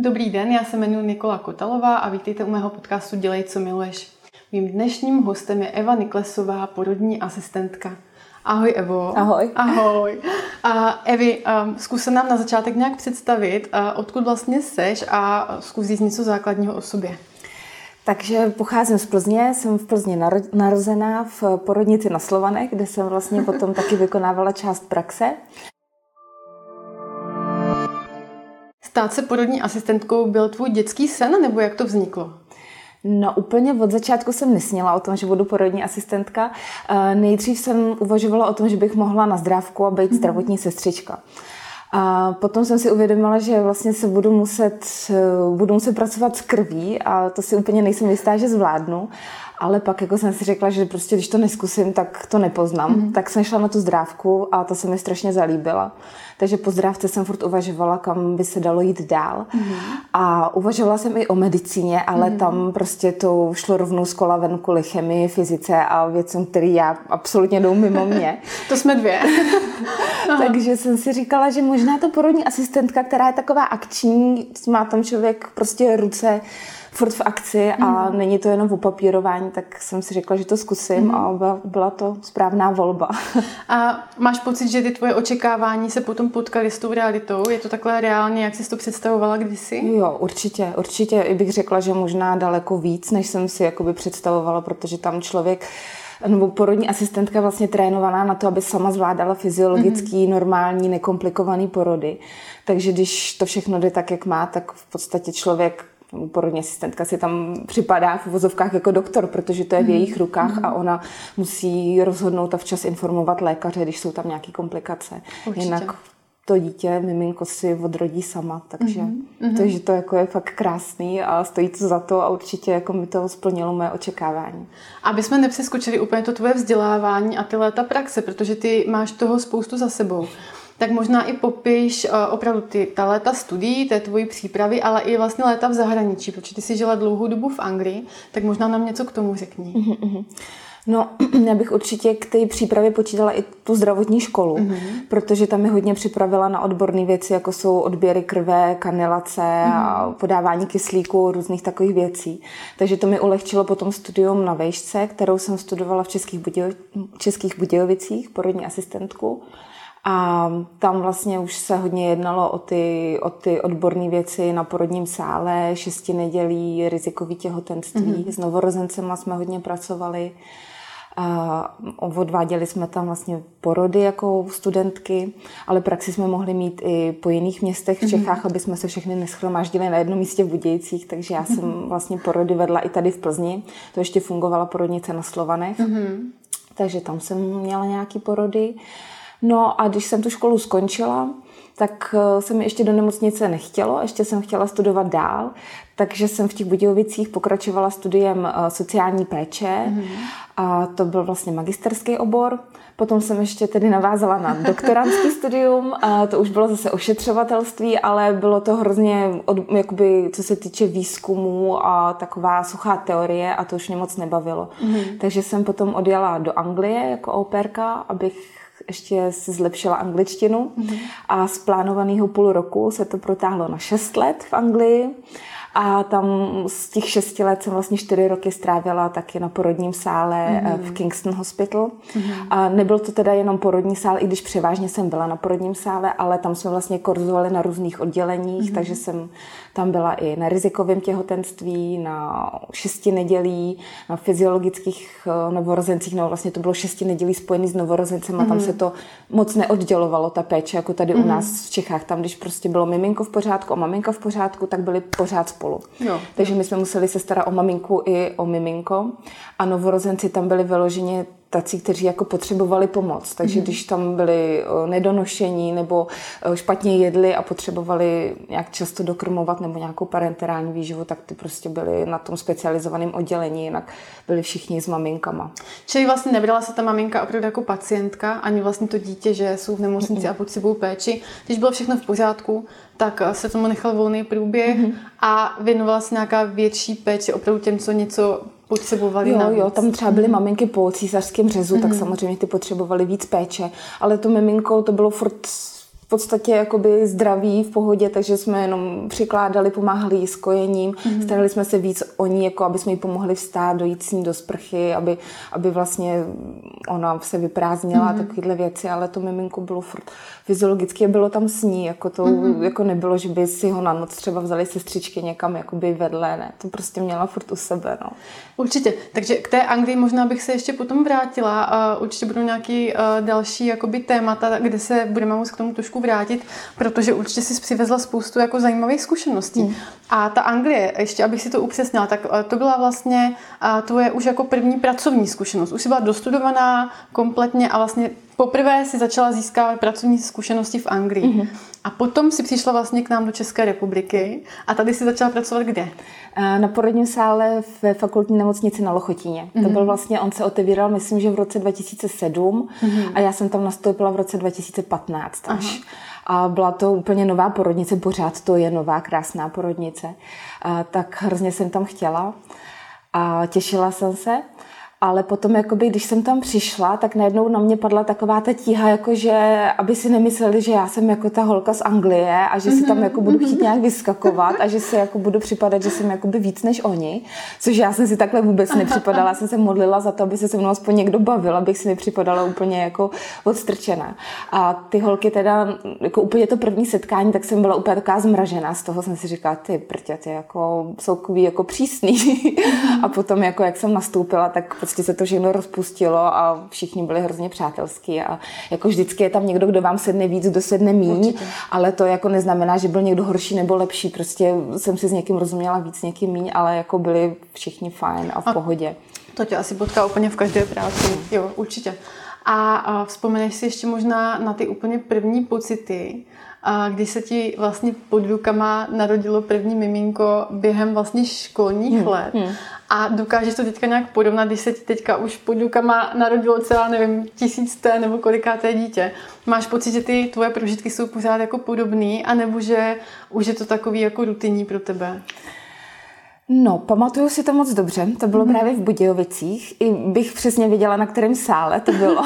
Dobrý den, já se jmenuji Nikola Kotalová a vítejte u mého podcastu Dělej, co miluješ. Mým dnešním hostem je Eva Niklesová, porodní asistentka. Ahoj, Evo. Ahoj. Ahoj. Evi, zkus nám na začátek nějak představit, odkud vlastně seš a zkus říct něco základního o sobě. Takže pocházím z Plzně, jsem v Plzni narozená v porodnici na Slovanech, kde jsem vlastně potom taky vykonávala část praxe. Stát se porodní asistentkou byl tvůj dětský sen, nebo jak to vzniklo? No úplně od začátku jsem nesněla o tom, že budu porodní asistentka. Nejdřív jsem uvažovala o tom, že bych mohla na zdrávku a být zdravotní sestřička. A potom jsem si uvědomila, že vlastně se budu muset pracovat s krví a to si úplně nejsem jistá, že zvládnu. Ale pak jako jsem si řekla, že prostě když to neskusím, tak to nepoznám. Tak jsem šla na tu zdrávku a to se mi strašně zalíbila. Takže po zdrávce jsem furt uvažovala, kam by se dalo jít dál. A uvažovala jsem i o medicíně, ale tam prostě to šlo rovnou z kola ven kvůli chemii, fyzice a věcem, který já absolutně jdou mimo mě. To jsme dvě. Takže jsem si říkala, že možná to porodní asistentka, která je taková akční, má tam člověk prostě ruce furt v akci a není to jenom o papírování, tak jsem si řekla, že to zkusím a byla to správná volba. A máš pocit, že ty tvoje očekávání se potom potkaly s tou realitou? Je to takhle reálně, jak jsi to představovala kdysi? Jo, určitě. I bych řekla, že možná daleko víc, než jsem si jakoby představovala, protože tam člověk nebo porodní asistentka vlastně trénovaná na to, aby sama zvládala fyziologický, normální, nekomplikovaný porody. Takže když to všechno jde tak, jak má, tak v podstatě člověk, porodní asistentka si tam připadá v uvozovkách jako doktor, protože to je v jejich rukách a ona musí rozhodnout a včas informovat lékaře, když jsou tam nějaké komplikace. Určitě. Jinak to dítě, miminko si odrodí sama, takže to jako je fakt krásný a stojí to za to a určitě jako mi to splnilo moje očekávání. Aby jsme nepřeskočili úplně to tvoje vzdělávání a ty léta praxe, protože ty máš toho spoustu za sebou. Tak možná i popiš opravdu ta léta studií, té tvojí přípravy, ale i vlastně léta v zahraničí, protože ty jsi žila dlouhou dobu v Anglii, tak možná nám něco k tomu řekni. No, já bych určitě k té přípravě počítala i tu zdravotní školu, protože tam mi hodně připravila na odborné věci, jako jsou odběry krve, kanilace a podávání kyslíku, různých takových věcí. Takže to mi ulehčilo potom studium na vejšce, kterou jsem studovala v Českých Budějovicích, porodní asistentku. A tam vlastně už se hodně jednalo o ty odborné věci na porodním sále, 6 nedělí, rizikový těhotenství. S novorozencema jsme hodně pracovali. Odváděli jsme tam vlastně porody jako studentky, ale praxi jsme mohli mít i po jiných městech v Čechách, aby jsme se všechny neshromáždili na jednom místě v Budějcích, takže já jsem vlastně porody vedla i tady v Plzni. To ještě fungovala porodnice na Slovanech, takže tam jsem měla nějaký porody. No a když jsem tu školu skončila, tak se mi ještě do nemocnice nechtělo, ještě jsem chtěla studovat dál, takže jsem v těch Budějovicích pokračovala studiem sociální péče a to byl vlastně magisterský obor. Potom jsem ještě tedy navázala na doktorantský studium a to už bylo zase ošetřovatelství, ale bylo to hrozně, jakoby, co se týče výzkumu a taková suchá teorie a to už mě moc nebavilo. Takže jsem potom odjela do Anglie jako au pairka, abych ještě si zlepšila angličtinu a z plánovaného půl roku se to protáhlo na 6 let v Anglii a tam z těch 6 let jsem vlastně 4 roky strávila taky na porodním sále v Kingston Hospital. A nebyl to teda jenom porodní sál, i když převážně jsem byla na porodním sále, ale tam jsme vlastně kurzovali na různých odděleních, takže jsem tam byla i na rizikovém těhotenství, na 6 nedělí, na fyziologických novorozencích, no vlastně to bylo 6 nedělí spojený s novorozencem a tam se to moc neoddělovalo, ta péče, jako tady u nás v Čechách. Tam, když prostě bylo miminko v pořádku a maminka v pořádku, tak byli pořád spolu. Takže my jsme museli se starat o maminku i o miminko a novorozenci tam byli vyloženě tací, kteří jako potřebovali pomoc. Takže když tam byli nedonošení nebo špatně jedli a potřebovali nějak často dokrmovat nebo nějakou parenterální výživu, tak ty prostě byli na tom specializovaném oddělení, jinak byli všichni s maminkama. Čili vlastně nebrala se ta maminka opravdu jako pacientka, ani vlastně to dítě, že jsou v nemocnici a potřebují péči. Když bylo všechno v pořádku, tak se tomu nechal volný průběh a věnovala se nějaká větší péče opravdu těm, co něco potřebovali navíc. Jo, tam třeba byly maminky po císařském řezu, tak samozřejmě ty potřebovali víc péče, ale to miminko to bylo furt v podstatě jakoby zdraví, v pohodě, takže jsme jenom přikládali, pomáhali jí s kojením, starali jsme se víc o ní, jako aby jsme jí pomohli vstát, dojít s ní do sprchy, aby vlastně ona se vyprázdnila, takovéhle věci, ale to miminko bylo furt fyziologicky, bylo tam s ní, jako to jako nebylo, že by si ho na noc třeba vzali sestřičky někam jakoby vedle, ne, to prostě měla furt u sebe, no. Určitě, takže k té Anglii možná bych se ještě potom vrátila a určitě budou nějaký další jakoby témata, kde se budeme moct k tomu trošku vrátit, protože určitě jsi přivezla spoustu jako zajímavých zkušeností. A ta Anglie, ještě abych si to upřesnila, tak to byla vlastně tvoje už jako první pracovní zkušenost. Už jsi byla dostudovaná kompletně a vlastně poprvé si začala získávat pracovní zkušenosti v Anglii. A potom si přišla vlastně k nám do České republiky a tady si začala pracovat kde? Na porodním sále ve fakultní nemocnici na Lochotíně. To byl vlastně, on se otevíral, myslím, že v roce 2007 a já jsem tam nastoupila v roce 2015 až. A byla to úplně nová porodnice, pořád to je nová, krásná porodnice. Tak hrozně jsem tam chtěla a těšila jsem se. Ale potom, jakoby, když jsem tam přišla, tak najednou na mě padla taková ta tíha, jakože, aby si nemysleli, že já jsem jako ta holka z Anglie a že si tam jako budu chtít nějak vyskakovat a že se jako budu připadat, že jsem jakoby víc než oni. Což já jsem si takhle vůbec nepřipadala. Já jsem se modlila za to, aby se mnou aspoň někdo bavil, abych si nepřipadala úplně jako odstrčená. A ty holky teda, jako úplně to první setkání, tak jsem byla úplně taková zmražená. Z toho jsem si říkala, ty prťa, ty jako jsou takový jako přísný. A potom, jako jak jsem nastoupila, tak prostě se to všechno rozpustilo a všichni byli hrozně přátelský a jako vždycky je tam někdo, kdo vám sedne víc, kdo sedne míň, ale to jako neznamená, že byl někdo horší nebo lepší, prostě jsem si s někým rozuměla víc, někým míň, ale jako byli všichni fajn a v pohodě. To tě asi potká úplně v každé práci, jo, určitě. A vzpomeneš si ještě možná na ty úplně první pocity, když se ti vlastně pod rukama narodilo první miminko během vlastně školních let. A dokážeš to teďka nějak porovnat, když se ti teďka už pod rukama narodilo celá, nevím, 1000. nebo kolikáté dítě. Máš pocit, že ty tvoje prožitky jsou pořád jako podobný, anebo že už je to takový jako rutinní pro tebe? No, pamatuju si to moc dobře. To bylo právě v Budějovicích. I bych přesně věděla, na kterém sále to bylo.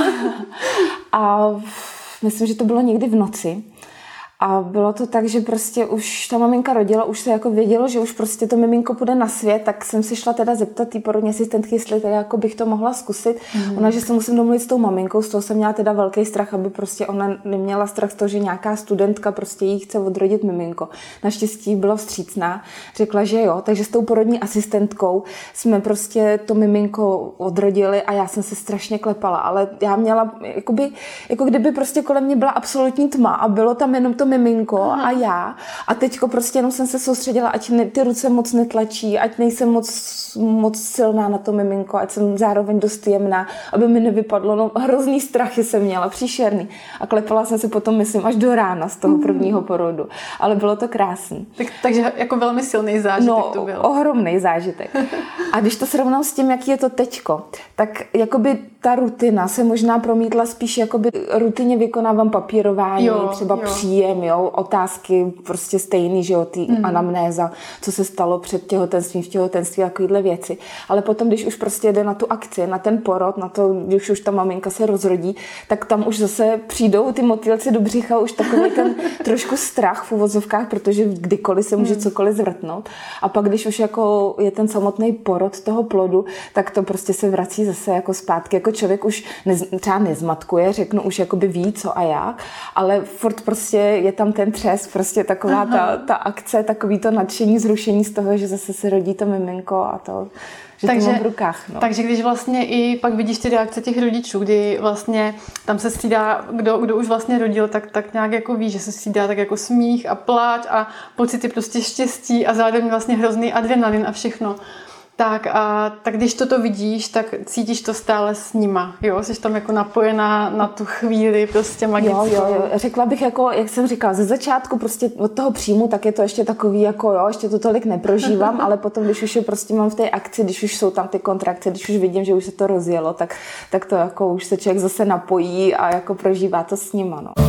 A myslím, že to bylo někdy v noci. A bylo to tak, že prostě už ta maminka rodila, už se jako vědělo, že už prostě to miminko půjde na svět, tak jsem si šla teda zeptat té porodní asistentky, jestli teda jako bych to mohla zkusit. Ona, že se musím domluvit s tou maminkou, z toho jsem měla teda velký strach, aby prostě ona neměla strach z toho, že nějaká studentka prostě jí chce odrodit miminko. Naštěstí byla vstřícná, řekla, že jo, takže s tou porodní asistentkou jsme prostě to miminko odrodili a já jsem se strašně klepala, ale já měla jako kdyby prostě kolem mě byla absolutní tma a bylo tam jenom to miminko a já. A teďko prostě jenom jsem se soustředila, ať ty ruce moc netlačí, ať nejsem moc silná na to miminko, ať jsem zároveň dost jemná, aby mi nevypadlo. No, hrozný strachy jsem měla, příšerný. A klepala jsem se potom, myslím, až do rána z toho prvního porodu. Ale bylo to krásný. Takže jako velmi silný zážitek to byl. Ohromný zážitek. A když to srovnám s tím, jaký je to teďko, tak jakoby ta rutina se možná promítla spíš jakoby rutině vykonávám papírování, třeba příjem, otázky prostě stejný, že jo, ty anamnéza, co se stalo před těhotenstvím, v těhotenství, takovýhle věci. Ale potom, když už prostě jde na tu akci, na ten porod, na to, když už ta maminka se rozrodí, tak tam už zase přijdou ty motýlci do břicha, už takový ten trošku strach v uvozovkách, protože kdykoliv se může cokoliv zvrtnout. A pak, když už jako je ten samotný porod toho plodu, tak to prostě se vrací zase jako zpátky. Jako člověk už třeba nezmatkuje, řeknu už jakoby ví, co a jak, ale furt prostě je tam ten třes, prostě taková ta akce, takový to nadšení, zrušení z toho, že zase se rodí to miminko a to, že to mám v rukách. No. Takže když vlastně i pak vidíš ty reakce těch rodičů, kdy vlastně tam se střídá, kdo už vlastně rodil, tak nějak jako ví, že se střídá tak jako smích a pláč a pocity prostě štěstí a zároveň vlastně hrozný adrenalin a všechno. Tak když toto vidíš, tak cítíš to stále s nima, jo? Jsi tam jako napojená na tu chvíli prostě magickou. Jo. Řekla bych jako, jak jsem říkala, ze začátku prostě od toho příjmu, tak je to ještě takový jako ještě to tolik neprožívám, ale potom, když už je prostě mám v té akci, když už jsou tam ty kontrakce, když už vidím, že už se to rozjelo, tak to jako už se člověk zase napojí a jako prožívá to s nima, no.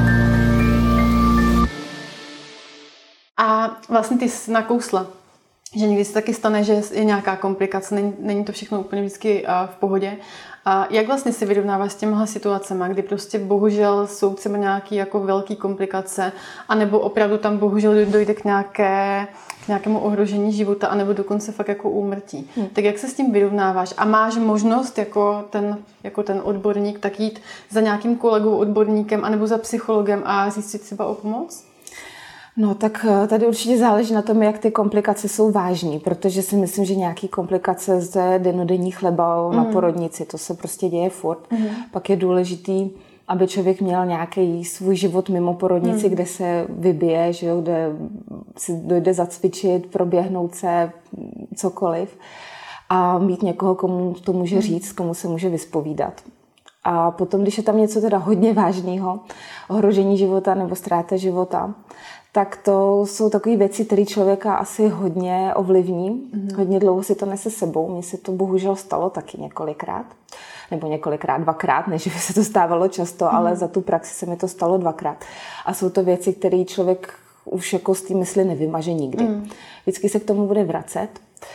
A vlastně ty jsi nakousla že někdy se taky stane, že je nějaká komplikace, není to všechno úplně vždycky v pohodě. A jak vlastně si vyrovnáváš s těmhle situacemi, kdy prostě bohužel jsou třeba nějaké jako velké komplikace, anebo opravdu tam bohužel dojde k nějakému ohrožení života, anebo dokonce fakt jako úmrtí. Tak jak se s tím vyrovnáváš? A máš možnost jako ten odborník tak jít za nějakým kolegou odborníkem, anebo za psychologem a říct si třeba o pomoc? No tak tady určitě záleží na tom, jak ty komplikace jsou vážní, protože si myslím, že nějaký komplikace z dennodenní chleba na porodnici, to se prostě děje furt. Pak je důležitý, aby člověk měl nějaký svůj život mimo porodnici, kde se vybije, že jo, kde si dojde zacvičit, proběhnout se, cokoliv. A mít někoho, komu to může říct, komu se může vyspovídat. A potom, když je tam něco teda hodně vážného, ohrožení života nebo ztráta života, tak to jsou takové věci, které člověka asi hodně ovlivní. Hodně dlouho si to nese sebou. Mně se to bohužel stalo taky několikrát. Nebo několikrát, dvakrát, než by se to stávalo často, ale za tu praxi se mi to stalo dvakrát. A jsou to věci, které člověk už jako z té mysli nevymaže nikdy. Vždycky se k tomu bude vracet.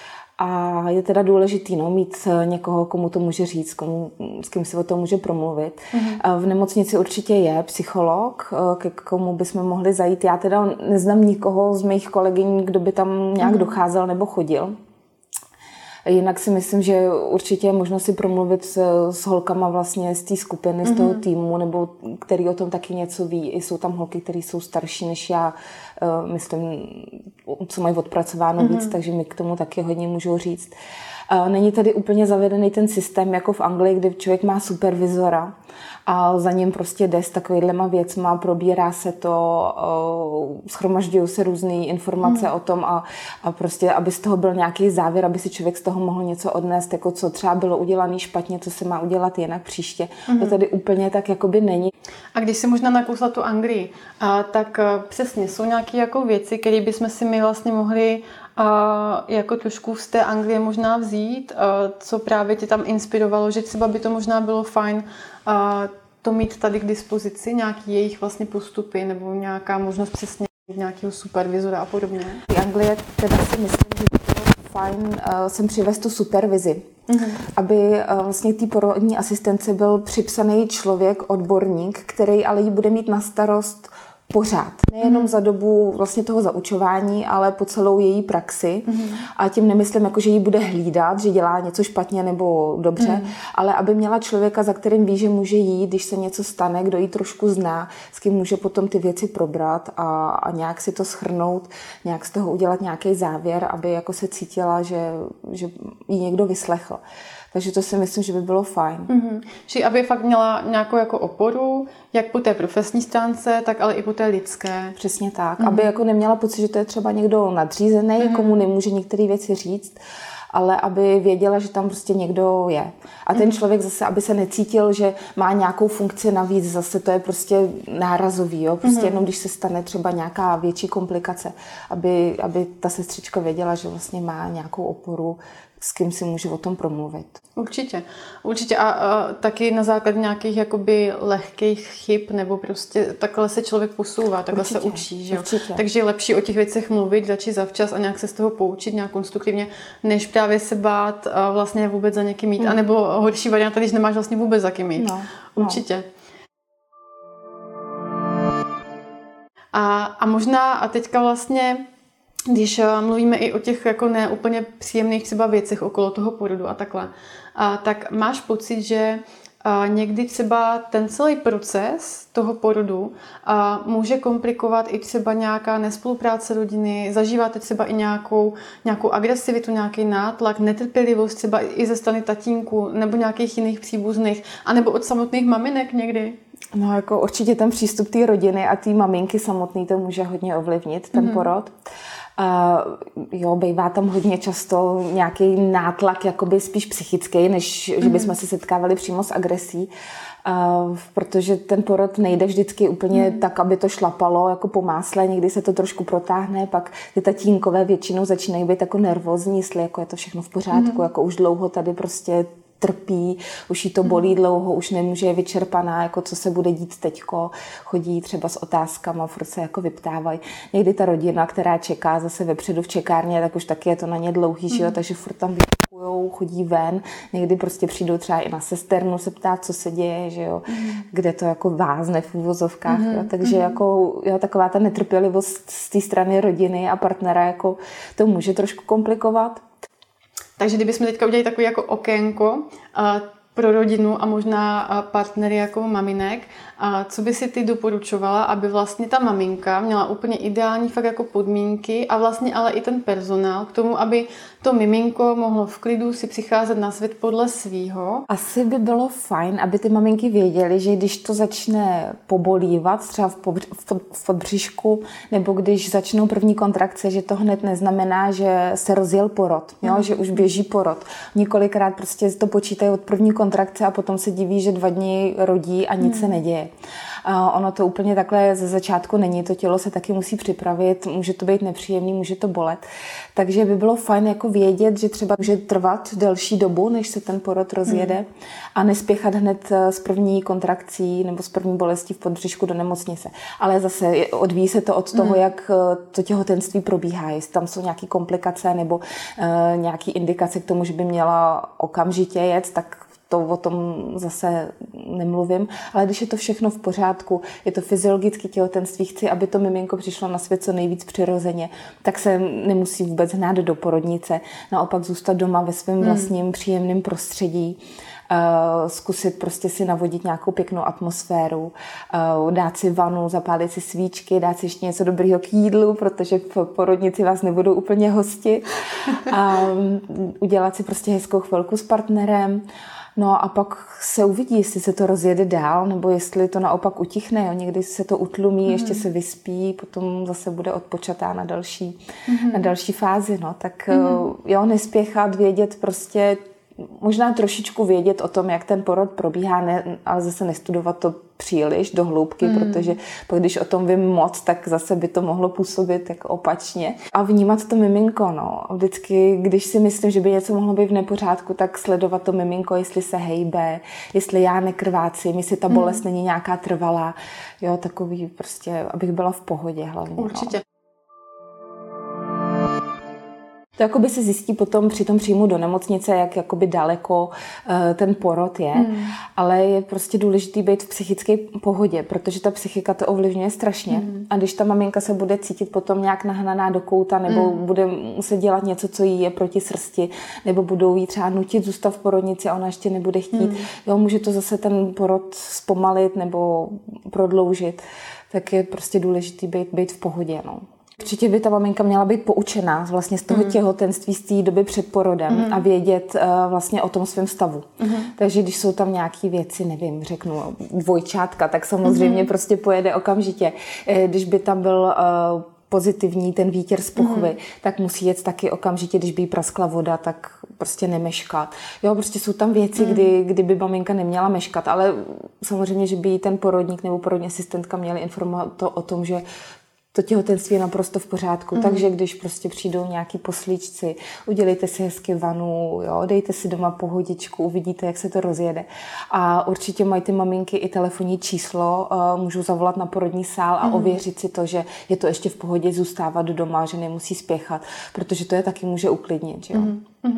A je teda důležitý mít někoho, komu to může říct, s kým se o tom může promluvit. V nemocnici určitě je psycholog, ke komu bychom mohli zajít. Já teda neznám nikoho z mých kolegyň, kdo by tam nějak docházel nebo chodil. Jinak si myslím, že určitě je možno si promluvit s holkama vlastně z té skupiny, z toho týmu, nebo který o tom taky něco ví. Jsou tam holky, které jsou starší než já, myslím, co mají odpracováno víc, takže mi k tomu taky hodně můžou říct. Není tady úplně zavedený ten systém jako v Anglii, kde člověk má supervizora a za ním prostě jde s takovýhlema věcma, probírá se to, shromažďují se různé informace o tom a prostě, aby z toho byl nějaký závěr, aby si člověk z toho mohl něco odnést, jako co třeba bylo udělané špatně, co se má udělat jinak příště. To tady úplně tak jakoby není. A když si možná nakousla tu Anglii, tak přesně jsou nějaké jako věci, které bychom si my vlastně mohli jako trošku z té Anglie možná vzít, co právě tě tam inspirovalo, že třeba by to možná bylo fajn to mít tady k dispozici, nějaký jejich vlastně postupy nebo nějaká možnost přesně nějakého supervizora a podobně. V Anglii teda si myslím, že by bylo fajn sem přivést tu supervizi. Aby vlastně k té porodní asistence byl připsaný člověk, odborník, který ale ji bude mít na starost pořád. Nejenom za dobu vlastně toho zaučování, ale po celou její praxi. A tím nemyslím, jako, že ji bude hlídat, že dělá něco špatně nebo dobře, ale aby měla člověka, za kterým ví, že může jít, když se něco stane, kdo ji trošku zná, s kým může potom ty věci probrat a nějak si to shrnout, nějak z toho udělat nějaký závěr, aby jako se cítila, že ji někdo vyslechl. Takže to si myslím, že by bylo fajn. Že aby fakt měla nějakou jako oporu, jak po té profesní stránce, tak ale i po té lidské. Přesně tak. Aby jako neměla pocit, že to je třeba někdo nadřízený, komu nemůže některé věci říct, ale aby věděla, že tam prostě někdo je. A ten člověk zase, aby se necítil, že má nějakou funkci navíc, zase to je prostě nárazový, jo? Prostě jenom když se stane třeba nějaká větší komplikace, aby ta sestřička věděla, že vlastně má nějakou oporu, s kým si může o tom promluvit. Určitě. A taky na základě nějakých jakoby lehkých chyb, nebo prostě takhle se člověk posouvá, takhle se učí. Že jo? Takže je lepší o těch věcech mluvit, začít zavčas a nějak se z toho poučit, nějak konstruktivně, než právě se bát vlastně vůbec za někým jít. A nebo horší varianta, když nemáš vlastně vůbec za kým jít. Určitě. A možná a teďka vlastně když mluvíme i o těch jako neúplně příjemných třeba věcech okolo toho porodu a takhle, tak máš pocit, že někdy třeba ten celý proces toho porodu může komplikovat i třeba nějaká nespolupráce rodiny, zažíváte třeba i nějakou agresivitu, nějaký nátlak, netrpělivost třeba i ze strany tatínku nebo nějakých jiných příbuzných, anebo od samotných maminek někdy? No jako určitě ten přístup té rodiny a té maminky samotný to může hodně ovlivnit, ten porod. Bývá tam hodně často nějaký nátlak, jakoby spíš psychický, než že bychom se setkávali přímo s agresí, protože ten porod nejde vždycky úplně tak, aby to šlapalo jako po másle, někdy se to trošku protáhne, pak ty tatínkové většinou začínají být jako nervózní, jestli jako je to všechno v pořádku, jako už dlouho tady prostě trpí, už jí to bolí dlouho, už nemůže, je vyčerpaná, jako co se bude dít teďko, chodí třeba s otázkama, furt se jako vyptávají. Někdy ta rodina, která čeká zase vepředu v čekárně, tak už taky je to na ně dlouhý, že jo, takže furt tam vyskakujou, chodí ven, někdy prostě přijdou třeba i na sesternu se ptát, co se děje, že jo, kde to jako vázne v uvozovkách, jo, takže jako jo, taková ta netrpělivost z té strany rodiny a partnera jako to může trošku komplikovat. Takže kdybychom teďka udělali takový jako okénko pro rodinu a možná partnery jako maminek, co by si ty doporučovala, aby vlastně ta maminka měla úplně ideální fakt jako podmínky a vlastně ale i ten personál k tomu, aby to miminko mohlo v klidu si přicházet na svět podle svýho. Asi by bylo fajn, aby ty maminky věděly, že když to začne pobolívat, třeba v podbříšku, nebo když začnou první kontrakce, že to hned neznamená, že se rozjel porod, jo? Že už běží porod. Několikrát prostě to počítají od první kontrakce a potom se diví, že 2 dny rodí a nic se neděje. Ono to úplně takhle ze začátku není, to tělo se taky musí připravit, může to být nepříjemný, může to bolet. Takže by bylo fajn jako vědět, že třeba může trvat delší dobu, než se ten porod rozjede a nespěchat hned z první kontrakcí nebo z první bolesti v podbříšku do nemocnice. Ale zase odvíjí se to od toho, jak to těhotenství probíhá, jestli tam jsou nějaké komplikace nebo nějaké indikace k tomu, že by měla okamžitě jet, tak to o tom zase nemluvím, ale když je to všechno v pořádku, je to fyziologické těhotenství, chci, aby to miminko přišlo na svět co nejvíc přirozeně, tak se nemusí vůbec hnát do porodnice, naopak zůstat doma ve svém vlastním příjemném prostředí, zkusit prostě si navodit nějakou pěknou atmosféru, dát si vanu, zapálit si svíčky, dát si ještě něco dobrého k jídlu, protože v porodnici vás nebudou úplně hosti, udělat si prostě hezkou chvilku s partnerem. No a pak se uvidí, jestli se to rozjede dál, nebo jestli to naopak utichne. Jo. Někdy se to utlumí, ještě se vyspí, potom zase bude odpočatá na další fázi. No. Tak jo, nespěchat, vědět prostě, možná trošičku vědět o tom, jak ten porod probíhá, ale zase nestudovat to příliš do hloubky, protože pak, když o tom vím moc, tak zase by to mohlo působit jako opačně. A vnímat to miminko, no. Vždycky, když si myslím, že by něco mohlo být v nepořádku, tak sledovat to miminko, jestli se hejbe, jestli já nekrvácím, jestli ta bolest není nějaká trvalá. Jo, takový prostě, abych byla v pohodě hlavně. Určitě. No. To jakoby se zjistí potom při tom příjmu do nemocnice, jak jakoby daleko ten porod je, ale je prostě důležitý být v psychické pohodě, protože ta psychika to ovlivňuje strašně. A když ta maminka se bude cítit potom nějak nahnaná do kouta, nebo bude muset dělat něco, co jí je proti srsti, nebo budou jí třeba nutit zůstat v porodnici a ona ještě nebude chtít, jo, může to zase ten porod zpomalit nebo prodloužit, tak je prostě důležitý být v pohodě, no. Určitě by ta maminka měla být poučená vlastně z toho těhotenství, z té doby před porodem a vědět vlastně o tom svém stavu. Takže když jsou tam nějaké věci, nevím, řeknu dvojčátka, tak samozřejmě prostě pojede okamžitě. Když by tam byl pozitivní ten výtěr z pochvy, tak musí jet taky okamžitě, když by jí praskla voda, tak prostě nemeškat. Jo, prostě jsou tam věci, kdy by maminka neměla meškat, ale samozřejmě, že by jí ten porodník nebo porodní asistentka měli informovat o tom, že to těhotenství je naprosto v pořádku, takže když prostě přijdou nějaký poslíčci, udělejte si hezky vanu, jo, dejte si doma pohodičku, uvidíte, jak se to rozjede. A určitě mají ty maminky i telefonní číslo, můžou zavolat na porodní sál a ověřit si to, že je to ještě v pohodě zůstávat doma, že nemusí spěchat, protože to je taky může uklidnit, jo.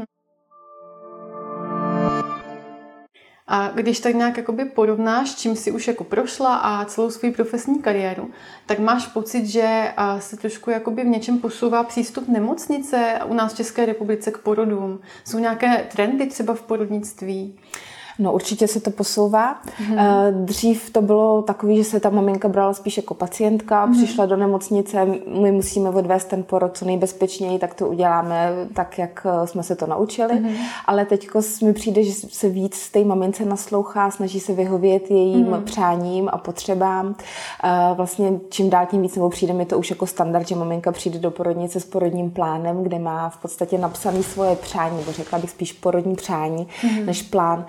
A když tak nějak jakoby porovnáš, čím jsi už jako prošla a celou svou profesní kariéru, tak máš pocit, že se trošku jakoby v něčem posouvá přístup nemocnice u nás v České republice k porodům? Jsou nějaké trendy třeba v porodnictví? No určitě se to posouvá. Dřív to bylo takový, že se ta maminka brala spíš jako pacientka, přišla do nemocnice, my musíme odvést ten porod co nejbezpečněji, tak to uděláme tak, jak jsme se to naučili. Ale teďko mi přijde, že se víc té mamince naslouchá, snaží se vyhovět jejím přáním a potřebám. Vlastně čím dál tím víc, nebo přijde mi to už jako standard, že maminka přijde do porodnice s porodním plánem, kde má v podstatě napsané svoje přání, nebo řekla bych spíš porodní přání, než plán.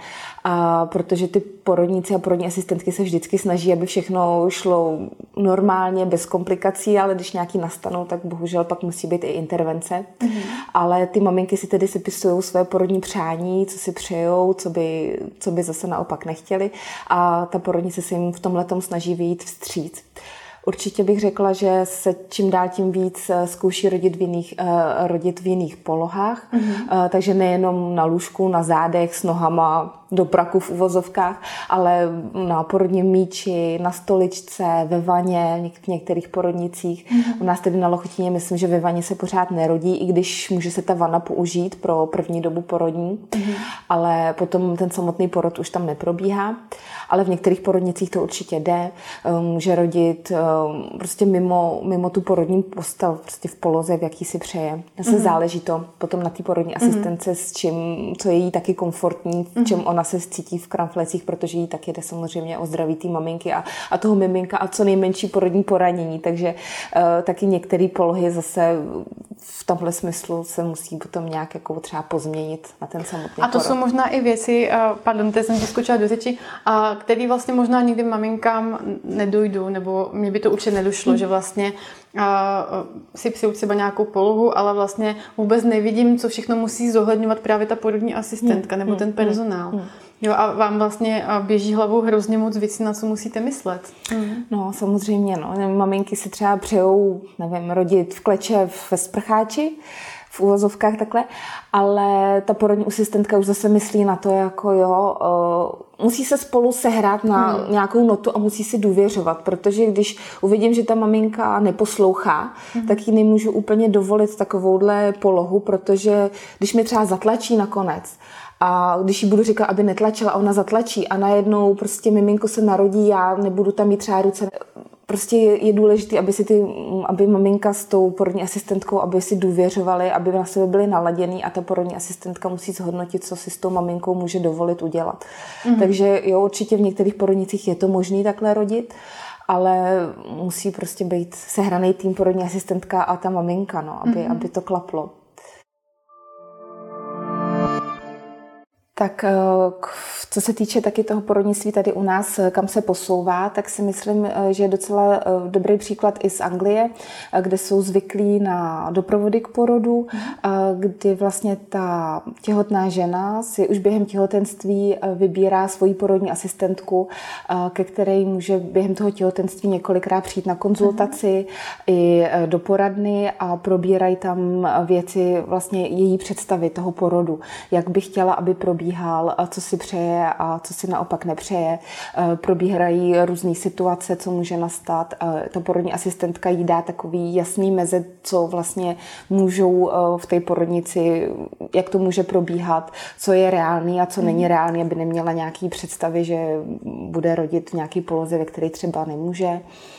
A protože ty porodníci a porodní asistentky se vždycky snaží, aby všechno šlo normálně, bez komplikací, ale když nějaký nastanou, tak bohužel pak musí být i intervence. Ale ty maminky si tedy sepisují své porodní přání, co si přejou, co by zase naopak nechtěli, a ta porodnice se jim v tomhletom snaží vyjít vstříc. Určitě bych řekla, že se čím dál tím víc zkouší rodit v jiných polohách, takže nejenom na lůžku, na zádech, s nohama do praku v uvozovkách, ale na porodním míči, na stoličce, ve vaně, v některých porodnicích. U nás tedy na Lochotíně myslím, že ve vaně se pořád nerodí, i když může se ta vana použít pro první dobu porodní, ale potom ten samotný porod už tam neprobíhá. Ale v některých porodnicích to určitě jde. Může rodit prostě mimo tu porodní postel, prostě v poloze, v jaký si přeje. Zase záleží to potom na té porodní asistence, co je jí taky komfortní, v čem ona se cítí v kramflecích, protože jí taky jde samozřejmě o zdraví té maminky a toho miminka a co nejmenší porodní poranění. Takže taky některé polohy zase v tomhle smyslu se musí potom nějak jako třeba pozměnit na ten samotný A to porod. jsou možná i věci, teď jsem ti skočila do řeči, které vlastně možná nikdy maminkám nedojdou, nebo mně by to určitě nedošlo, že vlastně si přeju třeba nějakou polohu, ale vlastně vůbec nevidím, co všechno musí zohledňovat právě ta porodní asistentka nebo ten personál. Jo, a vám vlastně běží hlavou hrozně moc věcí, na co musíte myslet. No, samozřejmě, no. Maminky si třeba přejou, nevím, rodit v kleče ve sprcháči, v uvozovkách takhle, ale ta porodní asistentka už zase myslí na to, jako musí se spolu sehrát na nějakou notu a musí si důvěřovat, protože když uvidím, že ta maminka neposlouchá, tak jí nemůžu úplně dovolit takovouhle polohu, protože když mi třeba zatlačí nakonec, a když jí budu říkat, aby netlačila, a ona zatlačí a najednou prostě miminko se narodí, já nebudu tam mít třeba ruce. Prostě je důležité, aby maminka s tou porodní asistentkou, aby si důvěřovali, aby na sebe byli naladěný, a ta porodní asistentka musí zhodnotit, co si s tou maminkou může dovolit udělat. Takže jo, určitě v některých porodnicích je to možné takhle rodit, ale musí prostě být sehraný tým porodní asistentka a ta maminka, no, aby to klaplo. Tak co se týče taky toho porodnictví tady u nás, kam se posouvá, tak si myslím, že je docela dobrý příklad i z Anglie, kde jsou zvyklí na doprovody k porodu, kdy vlastně ta těhotná žena si už během těhotenství vybírá svoji porodní asistentku, ke které může během toho těhotenství několikrát přijít na konzultaci i do poradny a probírají tam věci, vlastně její představy toho porodu, jak by chtěla, aby probíhal, co si přeje a co si naopak nepřeje. Probíhají různé situace, co může nastat. Ta porodní asistentka jí dá takový jasný meze, co vlastně můžou v té porodnici, jak to může probíhat, co je reálný a co není reálný, aby neměla nějaký představy, že bude rodit v nějaký poloze, ve které třeba nemůže.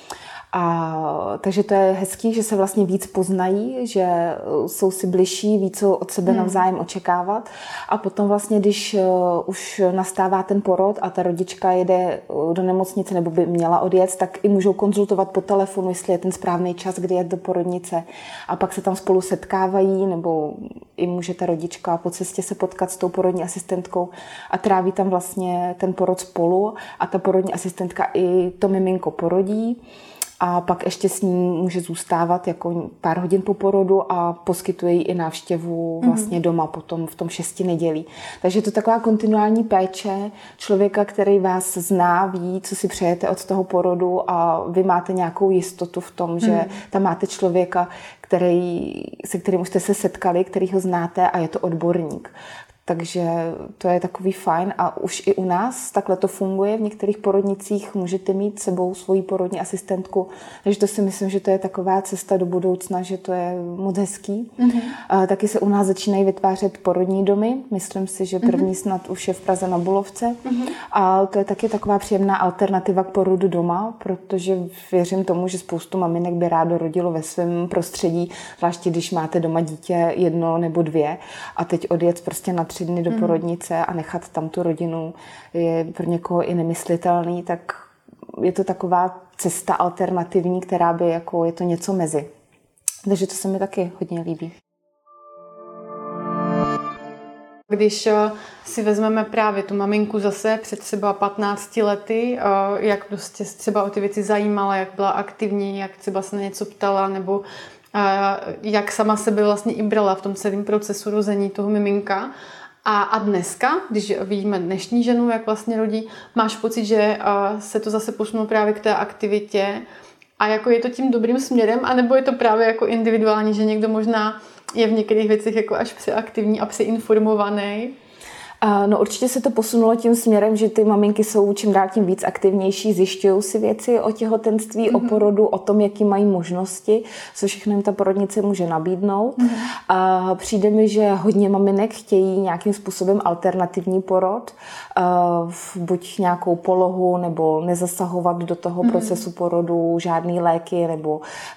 Takže to je hezký, že se vlastně víc poznají, že jsou si bližší, víc co od sebe navzájem očekávat. A potom vlastně, když už nastává ten porod a ta rodička jede do nemocnice nebo by měla odjet, tak i můžou konzultovat po telefonu, jestli je ten správný čas, kdy jet do porodnice. A pak se tam spolu setkávají, nebo i může ta rodička po cestě se potkat s tou porodní asistentkou a tráví tam vlastně ten porod spolu a ta porodní asistentka i to miminko porodí. A pak ještě s ní může zůstávat jako pár hodin po porodu a poskytuje jí i návštěvu vlastně doma potom v tom 6 nedělí. Takže to je taková kontinuální péče člověka, který vás zná, ví, co si přejete od toho porodu a vy máte nějakou jistotu v tom, že tam máte člověka, se kterým už jste se setkali, který ho znáte a je to odborník. Takže to je takový fajn a už i u nás takhle to funguje. V některých porodnicích můžete mít sebou svoji porodní asistentku, takže to si myslím, že to je taková cesta do budoucna, že to je moc hezký. Taky se u nás začínají vytvářet porodní domy. Myslím si, že první snad už je v Praze na Bulovce. A to je taky taková příjemná alternativa k porodu doma, protože věřím tomu, že spoustu maminek by rádo rodilo ve svém prostředí, zvláště když máte doma dítě 1 nebo 2 a teď odjet prostě na 3 dny do porodnice a nechat tam tu rodinu je pro někoho i nemyslitelný, tak je to taková cesta alternativní, která by jako je to něco mezi. Takže to se mi taky hodně líbí. Když si vezmeme právě tu maminku zase před třeba 15 lety, jak prostě třeba o ty věci zajímala, jak byla aktivní, jak třeba se na něco ptala, nebo jak sama sebe vlastně i brala v tom celém procesu rození toho miminka. A dneska, když vidíme dnešní ženu, jak vlastně rodí, máš pocit, že se to zase posunulo právě k té aktivitě a jako je to tím dobrým směrem, anebo je to právě jako individuální, že někdo možná je v některých věcech jako až přeaktivní a přeinformovaný? No určitě se to posunulo tím směrem, že ty maminky jsou čím dál tím víc aktivnější, zjišťují si věci o těhotenství, o porodu, o tom, jaký mají možnosti, co všechno jim ta porodnice může nabídnout. A přijde mi, že hodně maminek chtějí nějakým způsobem alternativní porod, buď nějakou polohu, nebo nezasahovat do toho procesu porodu, žádný léky, nebo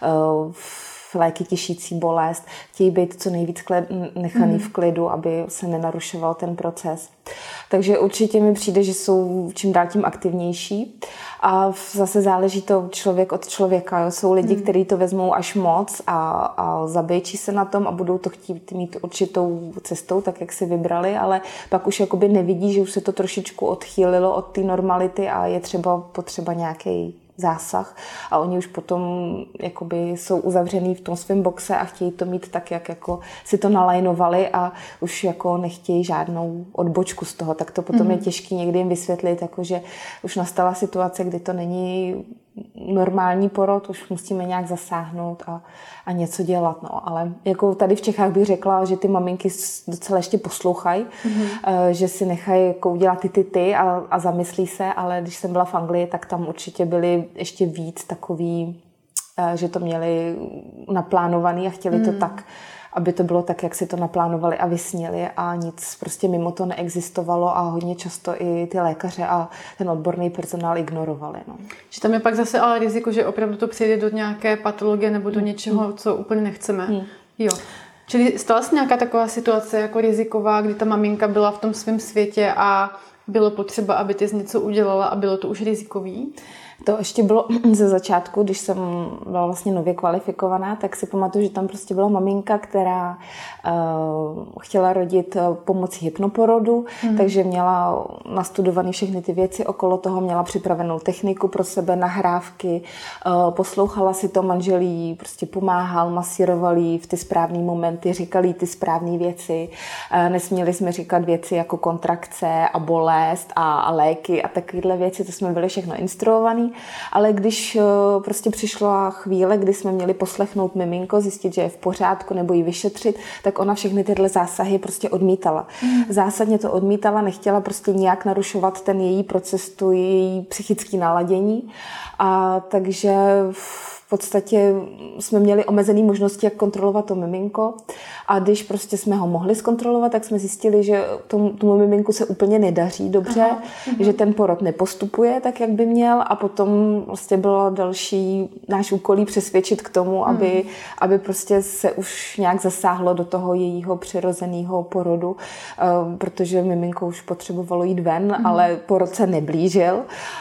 léky těšící bolest, chtějí být co nejvíc nechaný v klidu, aby se nenarušoval ten proces. Takže určitě mi přijde, že jsou čím dál tím aktivnější a zase záleží to člověk od člověka. Jsou lidi, kteří to vezmou až moc a zabejčí se na tom a budou to chtít mít určitou cestou, tak jak si vybrali, ale pak už jakoby nevidí, že už se to trošičku odchýlilo od té normality a je třeba potřeba nějaký zásah a oni už potom jakoby jsou uzavřený v tom svém boxe a chtějí to mít tak, jak jako si to nalajnovali a už jako nechtějí žádnou odbočku z toho, tak to potom je těžké někdy jim vysvětlit, jakože už nastala situace, kdy to není normální porod, už musíme nějak zasáhnout a něco dělat. No. Ale jako tady v Čechách bych řekla, že ty maminky docela ještě poslouchají, že si nechají jako udělat ty a zamyslí se, ale když jsem byla v Anglii, tak tam určitě byly ještě víc takový, že to měli naplánovaný a chtěli to tak, aby to bylo tak, jak si to naplánovali a vysnili a nic prostě mimo to neexistovalo a hodně často i ty lékaře a ten odborný personál ignorovali. No. Že tam je pak zase ale riziko, že opravdu to přijde do nějaké patologie nebo do něčeho, co úplně nechceme. Jo. Čili stala se nějaká taková situace jako riziková, kdy ta maminka byla v tom svém světě a bylo potřeba, aby ty něco udělala a bylo to už rizikový? To ještě bylo ze začátku, když jsem byla vlastně nově kvalifikovaná, tak si pamatuju, že tam prostě byla maminka, která chtěla rodit pomocí hypnoporodu, takže měla nastudované všechny ty věci okolo toho, měla připravenou techniku pro sebe, nahrávky, poslouchala si to, manžel jí prostě pomáhal, masíroval jí v ty správné momenty, říkal jí ty správné věci. Nesměli jsme říkat věci jako kontrakce a bolest a léky a takovéhle věci, to jsme byli všechno instruovaní. Ale když prostě přišla chvíle, kdy jsme měli poslechnout miminko, zjistit, že je v pořádku nebo ji vyšetřit, tak ona všechny tyhle zásahy prostě odmítala. Zásadně to odmítala, nechtěla prostě nějak narušovat ten její proces, tu její psychické naladění. A takže v podstatě jsme měli omezené možnosti, jak kontrolovat to miminko. A když prostě jsme ho mohli zkontrolovat, tak jsme zjistili, že tomu miminku se úplně nedaří dobře, že ten porod nepostupuje tak, jak by měl a potom vlastně bylo další náš úkolí přesvědčit k tomu, aby prostě se už nějak zasáhlo do toho jejího přirozeného porodu, protože miminko už potřebovalo jít ven, ale porod se neblížil.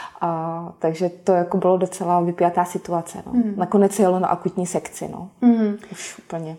Takže to jako bylo docela vypjatá situace. No. Nakonec se jelo na akutní sekci. No. Už úplně.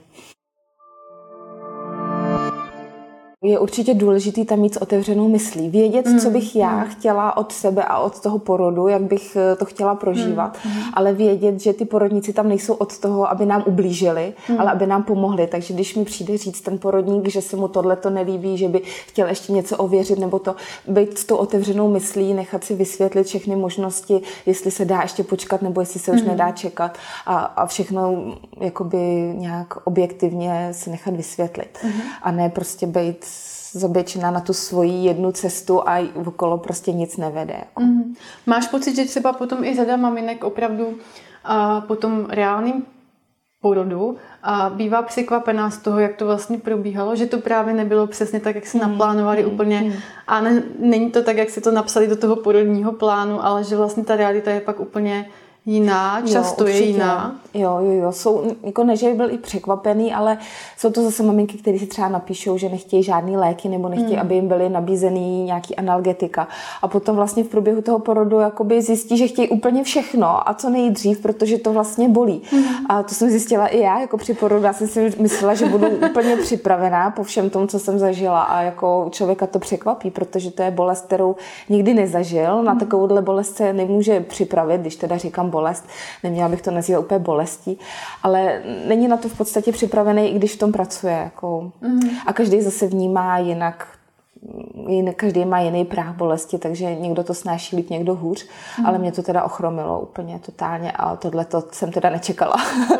Je určitě důležitý tam mít s otevřenou myslí. Vědět, co bych já chtěla od sebe a od toho porodu, jak bych to chtěla prožívat, ale vědět, že ty porodníci tam nejsou od toho, aby nám ublížili, ale aby nám pomohli. Takže když mi přijde říct ten porodník, že se mu tohleto nelíbí, že by chtěl ještě něco ověřit, nebo to být s tou otevřenou myslí, nechat si vysvětlit všechny možnosti, jestli se dá ještě počkat, nebo jestli se už nedá čekat a všechno jakoby nějak objektivně si nechat vysvětlit. A ne prostě být zaběčená na tu svoji jednu cestu a okolo prostě nic nevede. Jako. Máš pocit, že třeba potom i řada maminek opravdu po tom reálném porodu bývá překvapená z toho, jak to vlastně probíhalo, že to právě nebylo přesně tak, jak si naplánovali úplně a není to tak, jak si to napsali do toho porodního plánu, ale že vlastně ta realita je pak úplně jiná, často je jiná. Jo. Jsou, jako ne, že by byl i překvapený, ale jsou to zase maminky, které si třeba napíšou, že nechtějí žádný léky nebo nechtějí, aby jim byly nabízený nějaký analgetika. A potom vlastně v průběhu toho porodu jakoby zjistí, že chtějí úplně všechno a co nejdřív, protože to vlastně bolí. A to jsem zjistila i já, jako při porodu. Já jsem si myslela, že budu úplně připravená po všem tom, co jsem zažila, a jako člověka to překvapí, protože to je bolest, kterou nikdy nezažil. Na takovouhle bolest se nemůže připravit, když teda říkám bolest, neměla bych to nazývat úplně bolestí, ale není na to v podstatě připravený, i když v tom pracuje. Jako. A každý zase vnímá jinak, každý má jiný práh bolesti, takže někdo to snáší líp, někdo hůř, ale mě to teda ochromilo úplně totálně a tohleto jsem teda nečekala.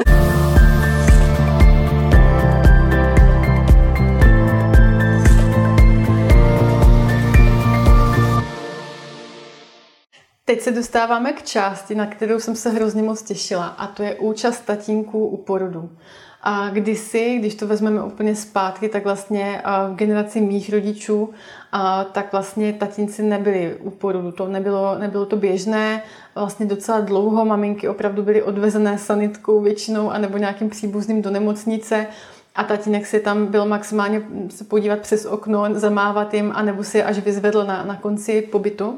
Teď se dostáváme k části, na kterou jsem se hrozně moc těšila, a to je účast tatínků u porodu. A kdysi, když to vezmeme úplně zpátky, tak vlastně v generaci mých rodičů, tak vlastně tatínci nebyli u porodu. To nebylo to běžné. Vlastně docela dlouho maminky opravdu byly odvezené sanitkou většinou anebo nějakým příbuzným do nemocnice. A tatínek si tam byl maximálně se podívat přes okno, zamávat jim, anebo si je až vyzvedl na konci pobytu.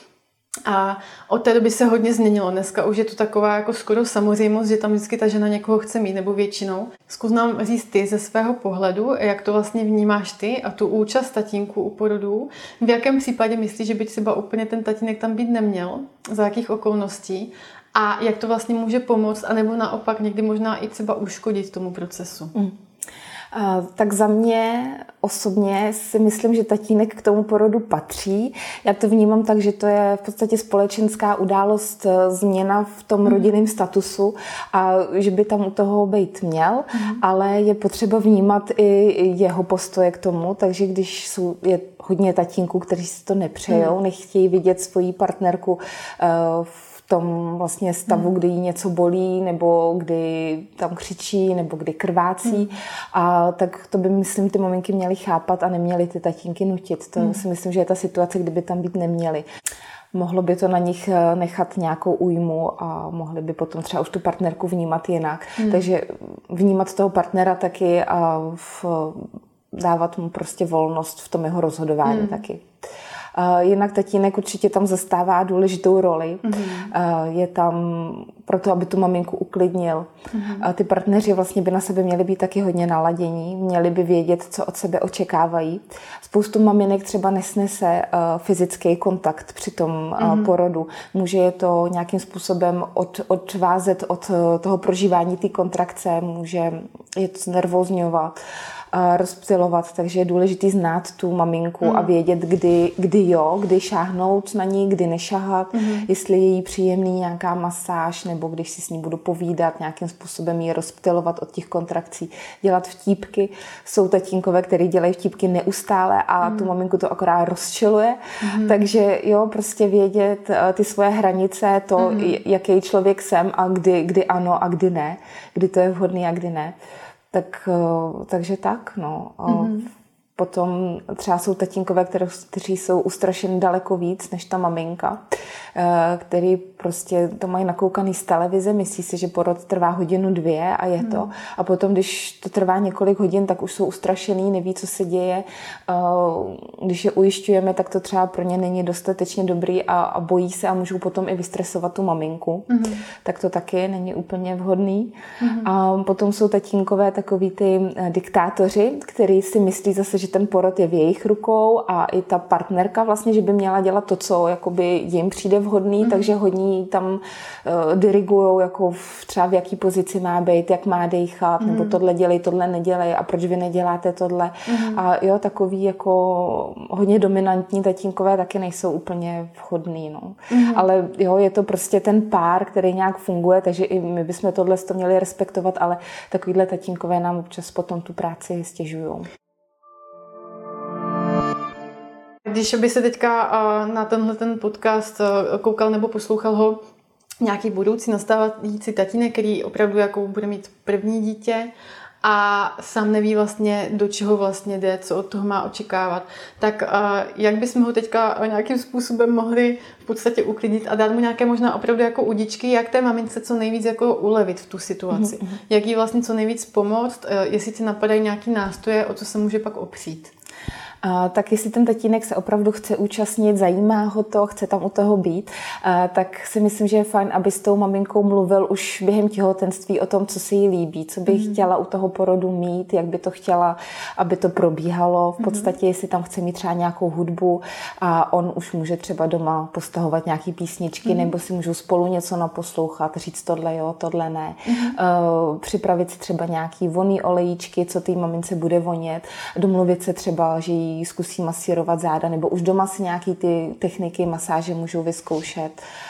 A od té doby se hodně změnilo. Dneska už je to taková jako skoro samozřejmost, že tam vždycky ta žena někoho chce mít, nebo většinou. Zkus nám říct ty ze svého pohledu, jak to vlastně vnímáš ty a tu účast tatínků u porodů. V jakém případě myslíš, že by třeba úplně ten tatínek tam být neměl? Za jakých okolností? A jak to vlastně může pomoct, anebo naopak někdy možná i třeba uškodit tomu procesu? Tak za mě osobně si myslím, že tatínek k tomu porodu patří. Já to vnímám tak, že to je v podstatě společenská událost, změna v tom rodinném statusu a že by tam u toho být měl, ale je potřeba vnímat i jeho postoje k tomu, takže když je hodně tatínků, kteří si to nepřejou, nechtějí vidět svoji partnerku v tom vlastně stavu, kdy jí něco bolí, nebo kdy tam křičí, nebo kdy krvácí. A tak to by, myslím, ty maminky měly chápat a neměly ty tatínky nutit. To si myslím, že je ta situace, kdyby tam být neměly. Mohlo by to na nich nechat nějakou újmu a mohli by potom třeba už tu partnerku vnímat jinak. Takže vnímat toho partnera taky a dávat mu prostě volnost v tom jeho rozhodování taky. Jinak tatínek určitě tam zastává důležitou roli. Je tam proto, aby tu maminku uklidnil. Ty partneři vlastně by na sebe měli být taky hodně naladění, měli by vědět, co od sebe očekávají. Spoustu maminek třeba nesnese fyzický kontakt při tom porodu. Může je to nějakým způsobem odvázet od toho prožívání té kontrakce, může je to znervózňovat, rozptylovat, takže je důležité znát tu maminku a vědět, kdy šáhnout na ní, kdy nešahat, jestli je jí příjemný nějaká masáž, nebo když si s ní budu povídat, nějakým způsobem ji rozptylovat od těch kontrakcí, dělat vtípky. Jsou tatínkové, který dělají vtípky neustále a tu maminku to akorát rozčiluje, takže jo, prostě vědět ty svoje hranice, to, jaký člověk jsem a kdy ano a kdy ne, kdy to je vhodný a kdy ne. Takže tak, no. Potom třeba jsou tatínkové, kteří jsou ustrašeni daleko víc než ta maminka, který prostě to mají nakoukaný z televize, myslí si, že porod trvá 1, 2 hodiny a je to. A potom, když to trvá několik hodin, tak už jsou ustrašený, neví, co se děje. Když je ujišťujeme, tak to třeba pro ně není dostatečně dobrý a bojí se a můžou potom i vystresovat tu maminku. Tak to taky není úplně vhodný. A potom jsou tatínkové takový ty diktátoři, který si myslí zase, že ten porod je v jejich rukou a i ta partnerka vlastně, že by měla dělat to, co jakoby jim přijde vhodný, takže hodní tam dirigujou, jako třeba v jaký pozici má být, jak má dejchat, nebo tohle dělej, tohle nedělej a proč vy neděláte tohle. A jo, takový jako hodně dominantní tatínkové taky nejsou úplně vhodný, no. Ale jo, je to prostě ten pár, který nějak funguje, takže i my bychom tohle měli respektovat, ale takovýhle tatínkové nám občas potom tu práci stěžujou. Když by se teďka na ten podcast koukal nebo poslouchal ho nějaký budoucí nastávající tatínek, který opravdu jako bude mít první dítě a sám neví vlastně, do čeho vlastně jde, co od toho má očekávat. Tak jak bychom ho teďka nějakým způsobem mohli v podstatě uklidnit a dát mu nějaké možná opravdu jako udičky, jak té mamince co nejvíc jako ulevit v tu situaci. Jak jí vlastně co nejvíc pomoct, jestli ti napadají nějaký nástroje, o co se může pak opřít. Tak jestli ten tatínek se opravdu chce účastnit, zajímá ho to, chce tam u toho být, tak si myslím, že je fajn, aby s tou maminkou mluvil už během těhotenství o tom, co se jí líbí, co by chtěla u toho porodu mít, jak by to chtěla, aby to probíhalo. V podstatě, jestli tam chce mít třeba nějakou hudbu a on už může třeba doma postahovat nějaký písničky, nebo si můžou spolu něco naposlouchat, říct tohle jo, tohle ne. Připravit si třeba nějaký vonný olejíčky, co té mamince bude vonět, domluvit se třeba, že jí zkusí masírovat záda, nebo už doma si nějaký ty techniky masáže můžou vyzkoušet.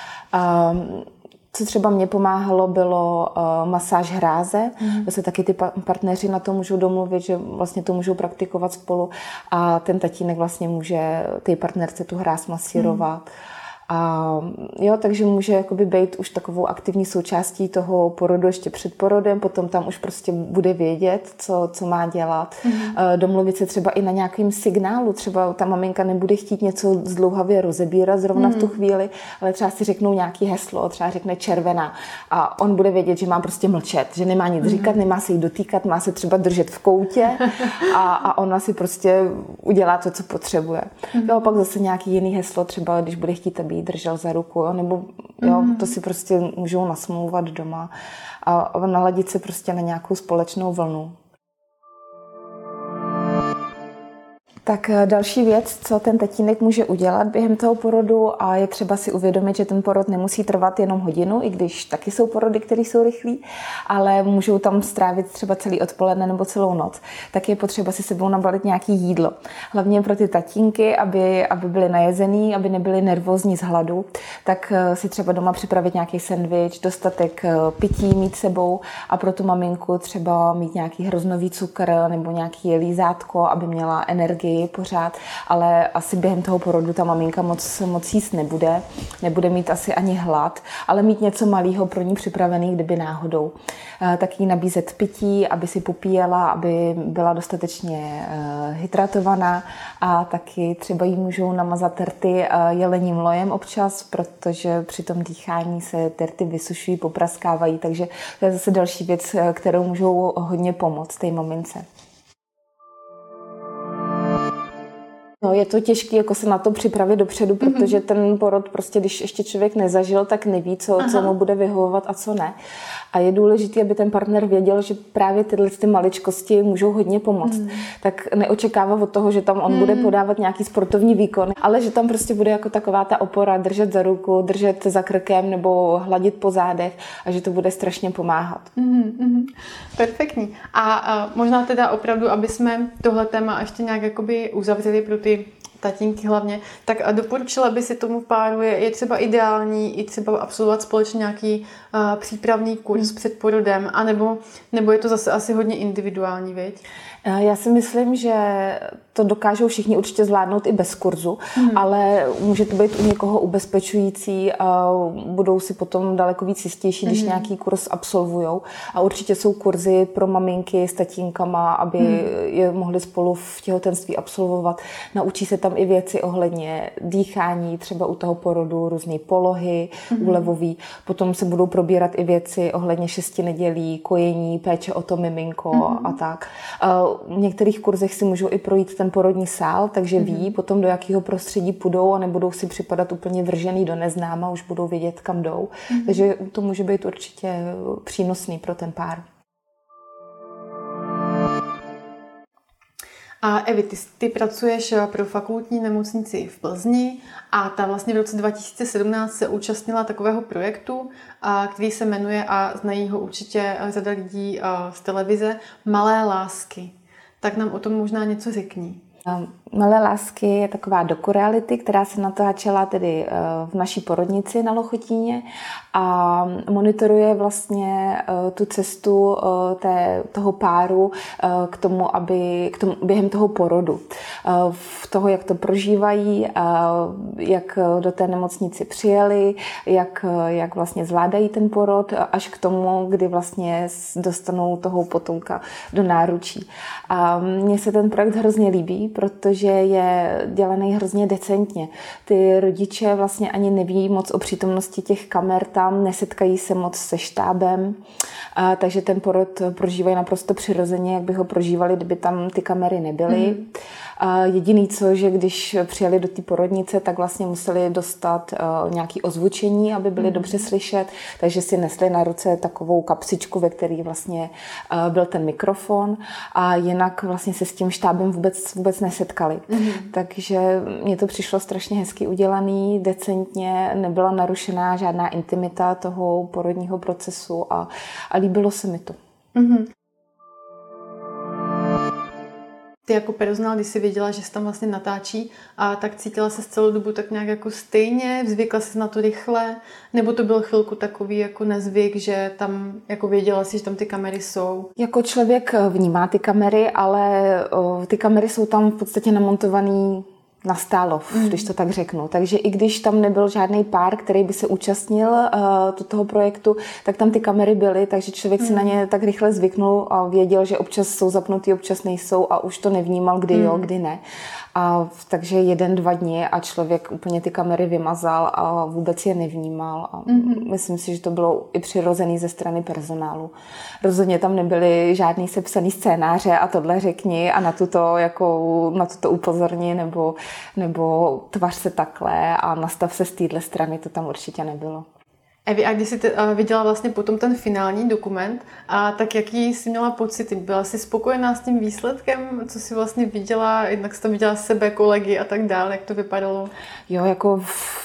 Co třeba mě pomáhalo, bylo masáž hráze. Zase taky ty partneři na to můžou domluvit, že vlastně to můžou praktikovat spolu a ten tatínek vlastně může té partnerce tu hráz masírovat. A jo, takže může jakoby být už takovou aktivní součástí toho porodu ještě před porodem, potom tam už prostě bude vědět, co má dělat. Domluvit se třeba i na nějakým signálu, třeba ta maminka nebude chtít něco zdlouhavě rozebírat zrovna v tu chvíli, ale třeba si řeknou nějaký heslo, třeba řekne červená a on bude vědět, že má prostě mlčet, že nemá nic říkat, nemá se jí dotýkat, má se třeba držet v koutě a ona si prostě udělá to, co potřebuje. Jo, pak zase nějaký jiný heslo, třeba když bude chtít, aby držel za ruku, jo, nebo jo, to si prostě můžou nasmlouvat doma a naladit se prostě na nějakou společnou vlnu. Tak další věc, co ten tatínek může udělat během toho porodu a je třeba si uvědomit, že ten porod nemusí trvat jenom hodinu, i když taky jsou porody, které jsou rychlý, ale můžou tam strávit třeba celý odpoledne nebo celou noc. Tak je potřeba si sebou nabalit nějaké jídlo. Hlavně pro ty tatínky, aby byli najezený, aby nebyli nervózní z hladu, tak si třeba doma připravit nějaký sendvič, dostatek pití mít sebou a pro tu maminku třeba mít nějaký hroznový cukr nebo nějaký lízátko, aby měla energii pořád, ale asi během toho porodu ta maminka moc jíst nebude mít asi ani hlad, ale mít něco malého pro ní připravený, kdyby náhodou. Tak jí nabízet pití, aby si popíjela, aby byla dostatečně hydratovaná a taky třeba jí můžou namazat terty jelením lojem občas, protože při tom dýchání se terty vysušují, popraskávají, takže to je zase další věc, kterou můžou hodně pomoct té mamince. No, je to těžké jako se na to připravit dopředu, protože ten porod prostě, když ještě člověk nezažil, tak neví, co mu bude vyhovovat a co ne. A je důležité, aby ten partner věděl, že právě tyhle ty maličkosti můžou hodně pomoct. Tak neočekává od toho, že tam on bude podávat nějaký sportovní výkon, ale že tam prostě bude jako taková ta opora, držet za ruku, držet za krkem nebo hladit po zádech a že to bude strašně pomáhat. Perfektní. A možná teda opravdu, aby jsme tohle téma ještě nějak jakoby uzavřeli pro ty tatínky hlavně, tak doporučila by si tomu páru, je třeba ideální i třeba absolvovat společně nějaký přípravný kurz před porodem, nebo je to zase asi hodně individuální, viď? Já si myslím, že to dokážou všichni určitě zvládnout i bez kurzu, ale může to být u někoho ubezpečující a budou si potom daleko víc jistější, když nějaký kurz absolvujou. A určitě jsou kurzy pro maminky s tatínkama, aby je mohli spolu v těhotenství absolvovat. Naučí se tam i věci ohledně dýchání, třeba u toho porodu, různé polohy, úlevový. Potom se budou probírat i věci ohledně 6 nedělí, kojení, péče o to miminko a tak. V některých kurzech si můžou i projít ten porodní sál, takže ví potom, do jakého prostředí půjdou a nebudou si připadat úplně vržený do neznáma, už budou vědět, kam jdou. Takže to může být určitě přínosný pro ten pár. A Evi, ty pracuješ pro fakultní nemocnici v Plzni a ta vlastně v roce 2017 se účastnila takového projektu, který se jmenuje, a znají ho určitě řada lidí z televize, Malé lásky. Tak nám o tom možná něco řekni. Malé lásky je taková dokureality, která se natáčela tedy v naší porodnici na Lochotíně a monitoruje vlastně tu cestu toho páru k tomu, během toho porodu. V toho, jak to prožívají, jak do té nemocnici přijeli, jak vlastně zvládají ten porod, až k tomu, kdy vlastně dostanou toho potomka do náručí. A mně se ten projekt hrozně líbí, protože je dělaný hrozně decentně. Ty rodiče vlastně ani neví moc o přítomnosti těch kamer tam, nesetkají se moc se štábem, takže ten porod prožívají naprosto přirozeně, jak by ho prožívali, kdyby tam ty kamery nebyly. Jediný co, že když přijeli do té porodnice, tak vlastně museli dostat nějaké ozvučení, aby byli dobře slyšet, takže si nesli na ruce takovou kapsičku, ve které vlastně byl ten mikrofon a jinak vlastně se s tím štábem vůbec nesetkali. Takže mně to přišlo strašně hezky udělaný, decentně, nebyla narušená žádná intimita toho porodního procesu a líbilo se mi to. Ty jako personál, když jsi věděla, že se tam vlastně natáčí, a tak cítila se celou dobu tak nějak jako stejně, zvykla jsi na to rychle, nebo to byl chvilku takový jako nezvyk, že tam jako věděla si, že tam ty kamery jsou? Jako člověk vnímá ty kamery, ale ty kamery jsou tam v podstatě namontovaný nastálo, když to tak řeknu. Takže i když tam nebyl žádný pár, který by se účastnil toho projektu, tak tam ty kamery byly, takže člověk si na ně tak rychle zvyknul a věděl, že občas jsou zapnutý, občas nejsou a už to nevnímal, kdy jo, kdy ne. A takže 1-2 dny a člověk úplně ty kamery vymazal a vůbec je nevnímal. A myslím si, že to bylo i přirozený ze strany personálu. Rozhodně tam nebyly žádný sepsaný scénáře a tohle řekni a na tuto upozorni nebo tvař se takhle a nastav se z téhle strany, to tam určitě nebylo. Evi, a když jsi viděla vlastně potom ten finální dokument, tak jaký jsi měla pocity? Byla jsi spokojená s tím výsledkem? Co jsi vlastně viděla? Jednak jsi tam viděla sebe, kolegy a tak dále. Jak to vypadalo? Jo, jako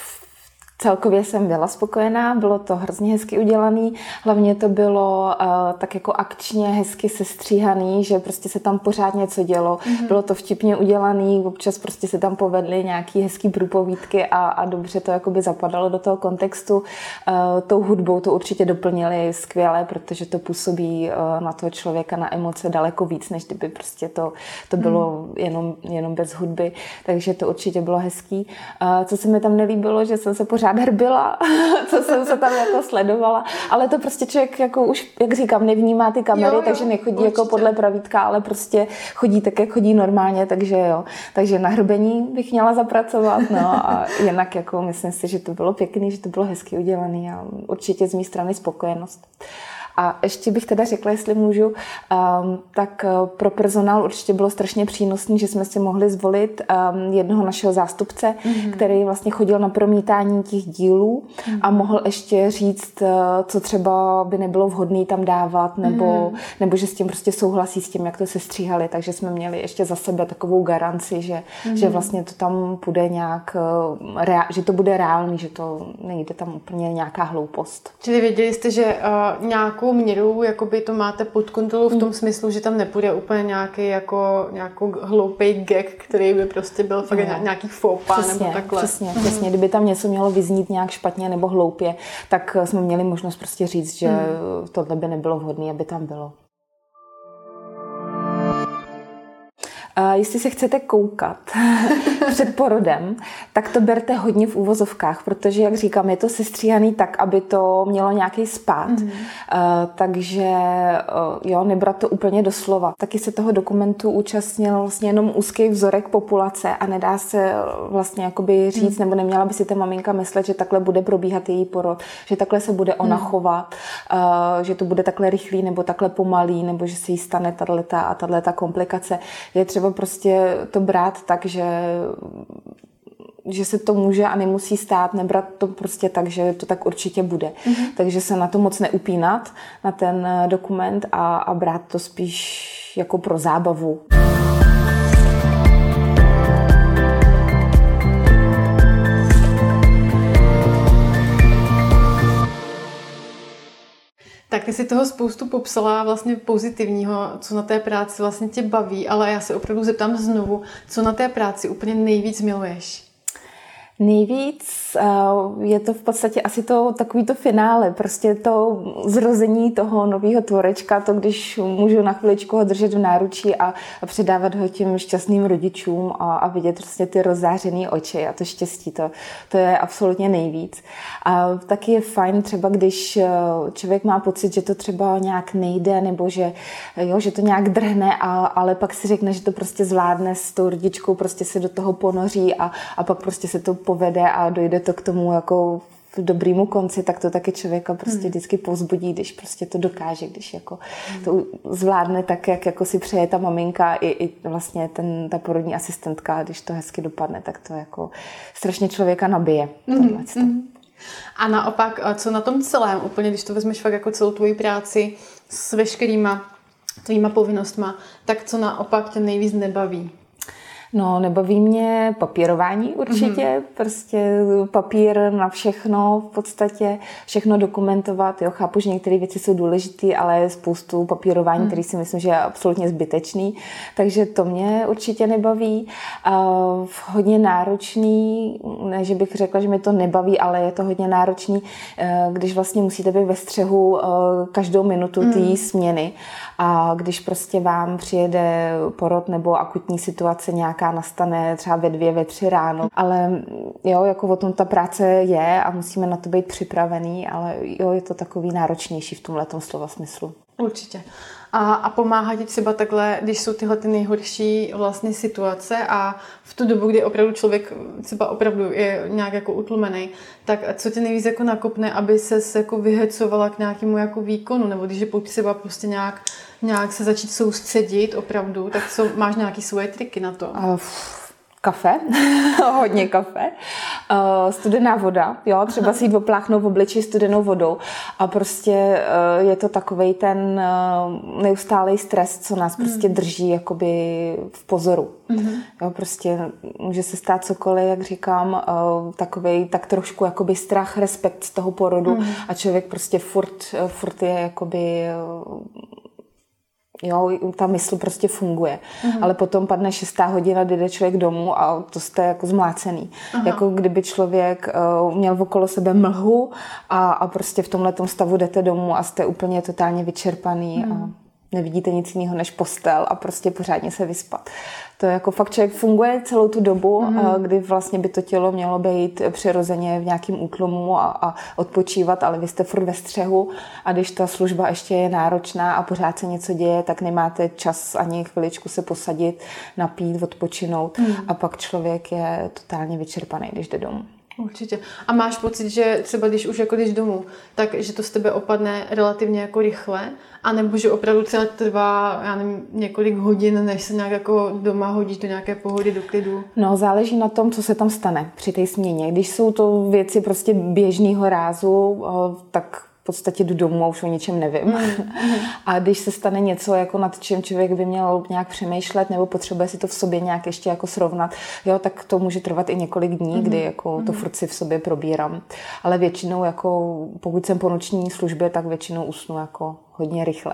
celkově jsem byla spokojená, bylo to hrozně hezky udělaný, hlavně to bylo tak jako akčně hezky sestříhaný, že prostě se tam pořád něco dělo, bylo to vtipně udělaný, občas prostě se tam povedly nějaký hezký průpovídky a dobře to jakoby zapadalo do toho kontextu. Tou hudbou to určitě doplnili skvěle, protože to působí na toho člověka, na emoce daleko víc, než kdyby prostě to bylo jenom bez hudby, takže to určitě bylo hezký. Co se mi tam nelíbilo, že jsem se pořád hrbila, co jsem se tam jako sledovala, ale to prostě člověk jako už, jak říkám, nevnímá ty kamery, takže nechodí určitě jako podle pravítka, ale prostě chodí tak, jak chodí normálně, takže jo. Takže na hrbení bych měla zapracovat, no a jinak jako myslím si, že to bylo pěkný, že to bylo hezky udělaný a určitě z mé strany spokojenost. A ještě bych teda řekla, jestli můžu, tak pro personál určitě bylo strašně přínosné, že jsme si mohli zvolit jednoho našeho zástupce, který vlastně chodil na promítání těch dílů a mohl ještě říct, co třeba by nebylo vhodné tam dávat, nebo že s tím prostě souhlasí s tím, jak to sestříhali. Takže jsme měli ještě za sebe takovou garanci, že vlastně to tam bude nějak, že to bude reálný, že to nejde tam úplně nějaká hloupost. Čili věděli jste, že nějakou měru jakoby to máte pod kontrolou v tom smyslu, že tam nepůjde úplně nějaký jako hloupej gag, který by prostě byl fakt nějaký faux pas nebo takhle. Přesně. Kdyby tam něco mělo vyznít nějak špatně nebo hloupě, tak jsme měli možnost prostě říct, že tohle by nebylo vhodné, aby tam bylo. Jestli se chcete koukat před porodem, tak to berte hodně v úvozovkách, protože, jak říkám, je to sestříhaný tak, aby to mělo nějaký spát. Takže jo, nebrat to úplně doslova. Taky se toho dokumentu účastnil vlastně jenom úzký vzorek populace a nedá se vlastně jakoby říct, nebo neměla by si ta maminka myslet, že takhle bude probíhat její porod, že takhle se bude ona chovat, že to bude takhle rychlý nebo takhle pomalý, nebo že se jí stane tato komplikace. Je třeba prostě to brát tak, že se to může a nemusí stát, nebrat to prostě tak, že to tak určitě bude. Takže se na to moc neupínat, na ten dokument a brát to spíš jako pro zábavu. Tak ty si toho spoustu popsala vlastně pozitivního, co na té práci vlastně tě baví, ale já se opravdu zeptám znovu, co na té práci úplně nejvíc miluješ? Nejvíc je to v podstatě asi to takový to finále, prostě to zrození toho nového tvorečka, to když můžu na chviličku ho držet v náručí a předávat ho těm šťastným rodičům a vidět prostě ty rozzářené oči a to štěstí, to je absolutně nejvíc. A taky je fajn třeba, když člověk má pocit, že to třeba nějak nejde nebo že to nějak drhne, ale pak si řekne, že to prostě zvládne s tou rodičkou, prostě se do toho ponoří a pak prostě se to povede a dojde to k tomu jako v dobrýmu konci, tak to taky člověka prostě vždycky povzbudí, když prostě to dokáže, když jako to zvládne tak, jak jako si přeje ta maminka i vlastně ta porodní asistentka, když to hezky dopadne, tak to jako strašně člověka nabije. A naopak, co na tom celém, úplně když to vezmeš fakt jako celou tvoji práci s veškerýma tvýma povinnostma, tak co naopak tě nejvíc nebaví? No, nebaví mě papírování určitě, prostě papír na všechno v podstatě, všechno dokumentovat, jo, chápu, že některé věci jsou důležité, ale je spoustu papírování, který si myslím, že je absolutně zbytečný, takže to mě určitě nebaví. Hodně náročný, ne, že bych řekla, že mi to nebaví, ale je to hodně náročný, když vlastně musíte být ve střehu každou minutu té směny a když prostě vám přijede porod nebo akutní situace nějaká nastane třeba ve 2, ve 3 ráno. Ale jo, jako o tom ta práce je a musíme na to být připravený, ale jo, je to takový náročnější v tomhletom slova smyslu. Určitě. A pomáhá ti třeba takhle, když jsou tyhle ty nejhorší vlastně situace a v tu dobu, kdy opravdu člověk třeba opravdu je nějak jako utlumený, tak co tě nejvíc jako nakopne, aby ses jako vyhecovala k nějakému jako výkonu, nebo když je potřeba prostě nějak se začít soustředit opravdu, tak co, máš nějaký svoje triky na to? Kafe, hodně kafe, studená voda, jo, třeba si jít opláchnout v obličeji studenou vodou a prostě je to takovej ten neustálej stres, co nás prostě drží jakoby v pozoru. Jo, prostě může se stát cokoliv, jak říkám, takovej tak trošku jakoby strach, respekt z toho porodu a člověk prostě furt je jakoby jo, ta mysl prostě funguje. Ale potom padne 6. hodina, kdy jde člověk domů a to jste jako zmlácený. Jako kdyby člověk měl okolo sebe mlhu a prostě v tomhletom stavu jdete domů a jste úplně totálně vyčerpaný a nevidíte nic jiného než postel a prostě pořádně se vyspat. To je jako fakt člověk funguje celou tu dobu, kdy vlastně by to tělo mělo být přirozeně v nějakém útlumu a odpočívat, ale vy jste furt ve střehu a když ta služba ještě je náročná a pořád se něco děje, tak nemáte čas ani chviličku se posadit, napít, odpočinout a pak člověk je totálně vyčerpaný, když jde domů. Určitě. A máš pocit, že třeba když už jako jdeš domů, tak že to z tebe opadne relativně jako rychle, anebo že opravdu třeba trvá, já nevím, několik hodin, než se nějak jako doma hodíš do nějaké pohody, do klidu? No, záleží na tom, co se tam stane při té směně. Když jsou to věci prostě běžného rázu, tak v podstatě jdu domů a už o ničem nevím. A když se stane něco, jako nad čím člověk by měl nějak přemýšlet nebo potřebuje si to v sobě nějak ještě jako srovnat, jo, tak to může trvat i několik dní, kdy jako to furt si v sobě probírám. Ale většinou, jako, pokud jsem po noční službě, tak většinou usnu jako hodně rychle.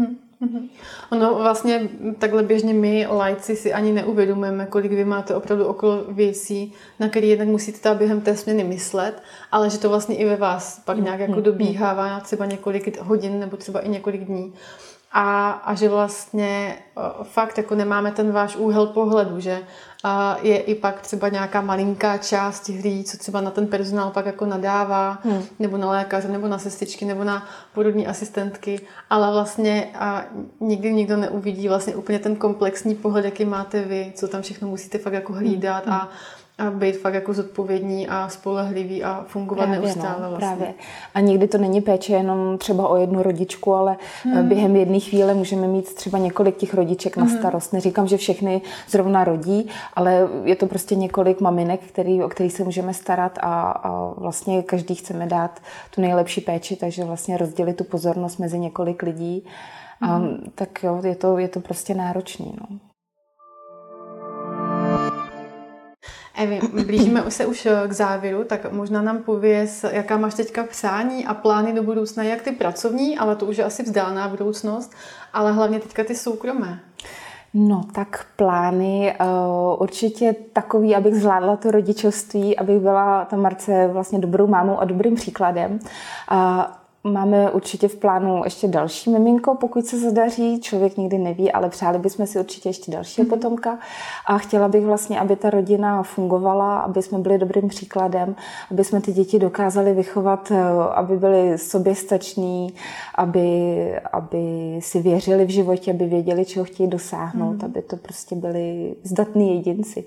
Ono vlastně takhle běžně my, lajci, si ani neuvědomujeme, kolik vy máte opravdu okolo věcí, na které jednak musíte během té směny myslet, ale že to vlastně i ve vás pak nějak jako dobíhává třeba několik hodin nebo třeba i několik dní. A že vlastně fakt jako nemáme ten váš úhel pohledu, že je i pak třeba nějaká malinká část těch lidí, co třeba na ten personál pak jako nadává, nebo na lékaře, nebo na sestřičky, nebo na porodní asistentky, ale vlastně nikdy nikdo neuvidí vlastně úplně ten komplexní pohled, jaký máte vy, co tam všechno musíte fakt jako hlídat a být fakt jako zodpovědní a spolehlivý a fungovat neustále vlastně. Právě. A někdy to není péče jenom třeba o jednu rodičku, ale během jedné chvíle můžeme mít třeba několik těch rodiček na starost. Neříkám, že všechny zrovna rodí, ale je to prostě několik maminek, o který se můžeme starat a vlastně každý chceme dát tu nejlepší péči, takže vlastně rozdělit tu pozornost mezi několik lidí. Tak jo, je to prostě náročný. No. Evi, blížíme se už k závěru, tak možná nám pověz, jaká máš teďka přání a plány do budoucna, jak ty pracovní, ale to už je asi vzdálená budoucnost, ale hlavně teďka ty soukromé. No, tak plány určitě takový, abych zvládla to rodičovství, abych byla ta Marce vlastně dobrou mámou a dobrým příkladem. Máme určitě v plánu ještě další miminko, pokud se zadaří, člověk nikdy neví, ale přáli bychom si určitě ještě dalšího potomka a chtěla bych vlastně, aby ta rodina fungovala, aby jsme byli dobrým příkladem, aby jsme ty děti dokázali vychovat, aby byli soběstační, aby si věřili v životě, aby věděli, čeho chtějí dosáhnout, aby to prostě byli zdatní jedinci.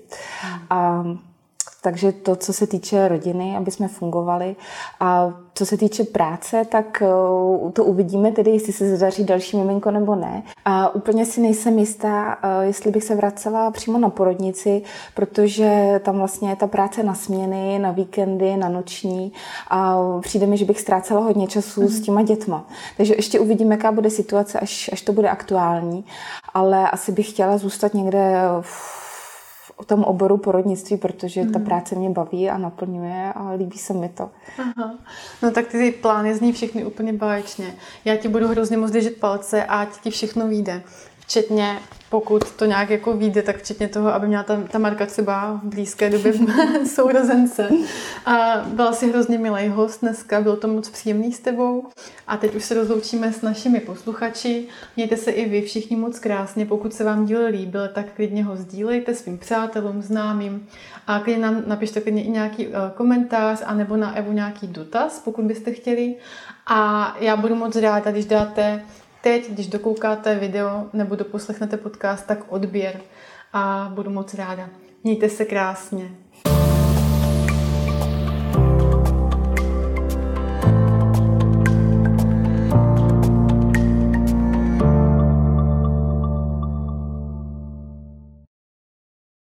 Takže to, co se týče rodiny, aby jsme fungovali. A co se týče práce, tak to uvidíme tedy, jestli se zadaří další miminko nebo ne. A úplně si nejsem jistá, jestli bych se vracela přímo na porodnici, protože tam vlastně je ta práce na směny, na víkendy, na noční a přijde mi, že bych ztrácela hodně času s těma dětma. Takže ještě uvidíme, jaká bude situace, až to bude aktuální. Ale asi bych chtěla zůstat někde v tom oboru porodnictví, protože ta práce mě baví a naplňuje a líbí se mi to. Aha. No tak ty plány zní všechny úplně báječně. Já ti budu hrozně moc držet palce a ti všechno vyjde. Včetně, pokud to nějak jako vyjde, tak včetně toho, aby měla ta Marka třeba v blízké době sourozence. A byla si hrozně milý host dneska, bylo to moc příjemný s tebou. A teď už se rozloučíme s našimi posluchači. Mějte se i vy všichni moc krásně. Pokud se vám díl líbil, tak klidně ho sdílejte svým přátelům, známým. A klidně nám napište klidně i nějaký komentář, anebo na Evu nějaký dotaz, pokud byste chtěli. A já budu moc ráda, když dáte teď, když dokoukáte video nebo doposlechnete podcast, tak odběr a budu moc ráda. Mějte se krásně.